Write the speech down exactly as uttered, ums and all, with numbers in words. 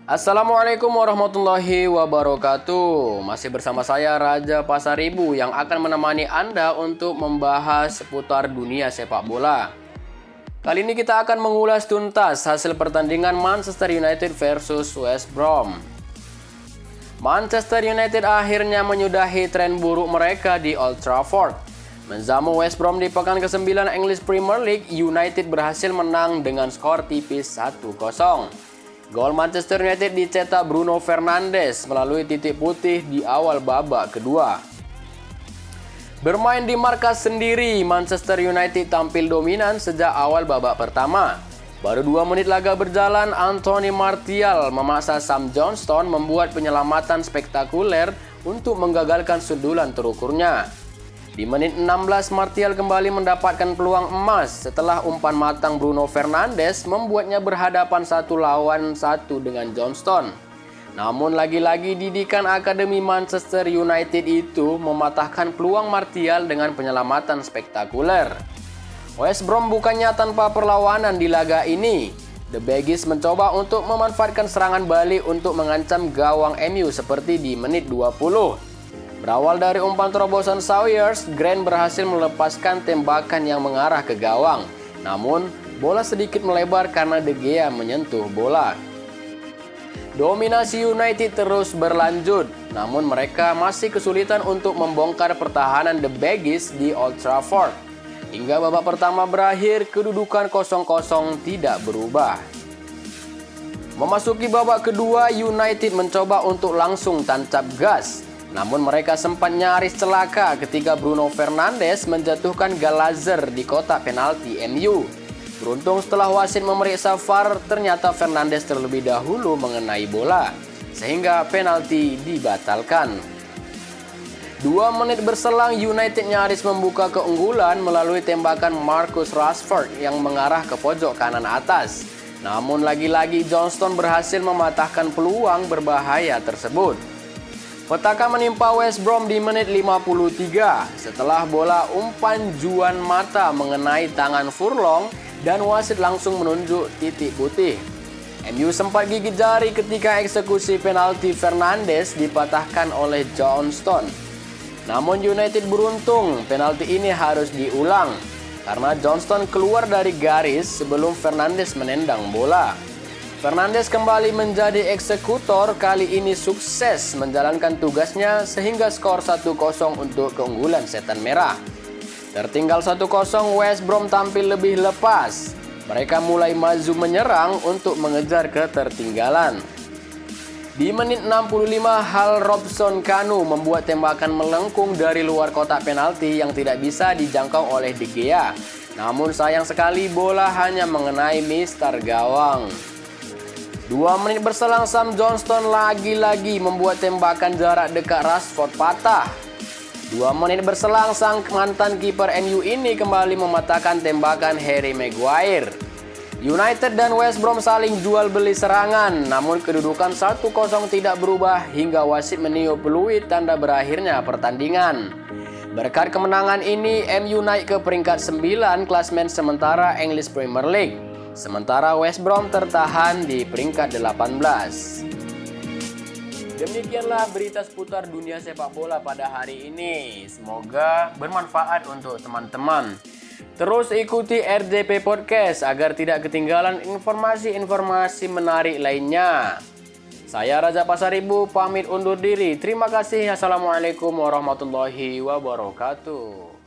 Assalamualaikum warahmatullahi wabarakatuh. Masih bersama saya Raja Pasaribu yang akan menemani Anda untuk membahas seputar dunia sepak bola. Kali ini kita akan mengulas tuntas hasil pertandingan Manchester United versus West Brom. Manchester United akhirnya menyudahi tren buruk mereka di Old Trafford. Menjamu West Brom di pekan kesembilan English Premier League, United berhasil menang dengan skor tipis satu kosong. Gol Manchester United dicetak Bruno Fernandes melalui titik putih di awal babak kedua. Bermain di markas sendiri, Manchester United tampil dominan sejak awal babak pertama. Baru dua menit laga berjalan, Anthony Martial memaksa Sam Johnstone membuat penyelamatan spektakuler untuk menggagalkan sundulan terukurnya. Di menit enam belas, Martial kembali mendapatkan peluang emas setelah umpan matang Bruno Fernandes membuatnya berhadapan satu lawan satu dengan Johnstone. Namun lagi-lagi didikan Akademi Manchester United itu mematahkan peluang Martial dengan penyelamatan spektakuler. West Brom bukannya tanpa perlawanan di laga ini. The Baggies mencoba untuk memanfaatkan serangan balik untuk mengancam gawang M U seperti di menit dua puluh. Berawal dari umpan terobosan Sawyers, Grant berhasil melepaskan tembakan yang mengarah ke gawang. Namun, bola sedikit melebar karena De Gea menyentuh bola. Dominasi United terus berlanjut, namun mereka masih kesulitan untuk membongkar pertahanan The Baggies di Old Trafford. Hingga babak pertama berakhir, kedudukan kosong kosong tidak berubah. Memasuki babak kedua, United mencoba untuk langsung tancap gas. Namun mereka sempat nyaris celaka ketika Bruno Fernandes menjatuhkan Gallagher di kotak penalti M U. Beruntung setelah wasit memeriksa V A R, ternyata Fernandes terlebih dahulu mengenai bola, sehingga penalti dibatalkan. Dua menit berselang, United nyaris membuka keunggulan melalui tembakan Marcus Rashford yang mengarah ke pojok kanan atas. Namun lagi-lagi Johnstone berhasil mematahkan peluang berbahaya tersebut. Petaka menimpa West Brom di menit lima puluh tiga setelah bola umpan Juan Mata mengenai tangan Furlong dan wasit langsung menunjuk titik putih. M U sempat gigit jari ketika eksekusi penalti Fernandes dipatahkan oleh Johnstone. Namun United beruntung penalti ini harus diulang karena Johnstone keluar dari garis sebelum Fernandes menendang bola. Fernandes kembali menjadi eksekutor, kali ini sukses menjalankan tugasnya sehingga skor satu kosong untuk keunggulan Setan Merah. Tertinggal satu kosong, West Brom tampil lebih lepas. Mereka mulai maju menyerang untuk mengejar ketertinggalan. Di menit enam puluh lima, Hal Robson Kanu membuat tembakan melengkung dari luar kotak penalti yang tidak bisa dijangkau oleh De Gea. Namun sayang sekali bola hanya mengenai mister gawang. Dua menit berselang, Sam Johnstone lagi-lagi membuat tembakan jarak dekat Rashford patah. Dua menit berselang, sang mantan kiper M U ini kembali mematahkan tembakan Harry Maguire. United dan West Brom saling jual beli serangan, namun kedudukan satu kosong tidak berubah hingga wasit meniup peluit tanda berakhirnya pertandingan. Berkat kemenangan ini, M U naik ke peringkat sembilan klasmen sementara English Premier League. Sementara West Brom tertahan di peringkat delapan belas. Demikianlah berita seputar dunia sepak bola pada hari ini. Semoga bermanfaat untuk teman-teman. Terus ikuti R J P Podcast agar tidak ketinggalan informasi-informasi menarik lainnya. Saya Raja Pasaribu pamit undur diri. Terima kasih. Assalamualaikum warahmatullahi wabarakatuh.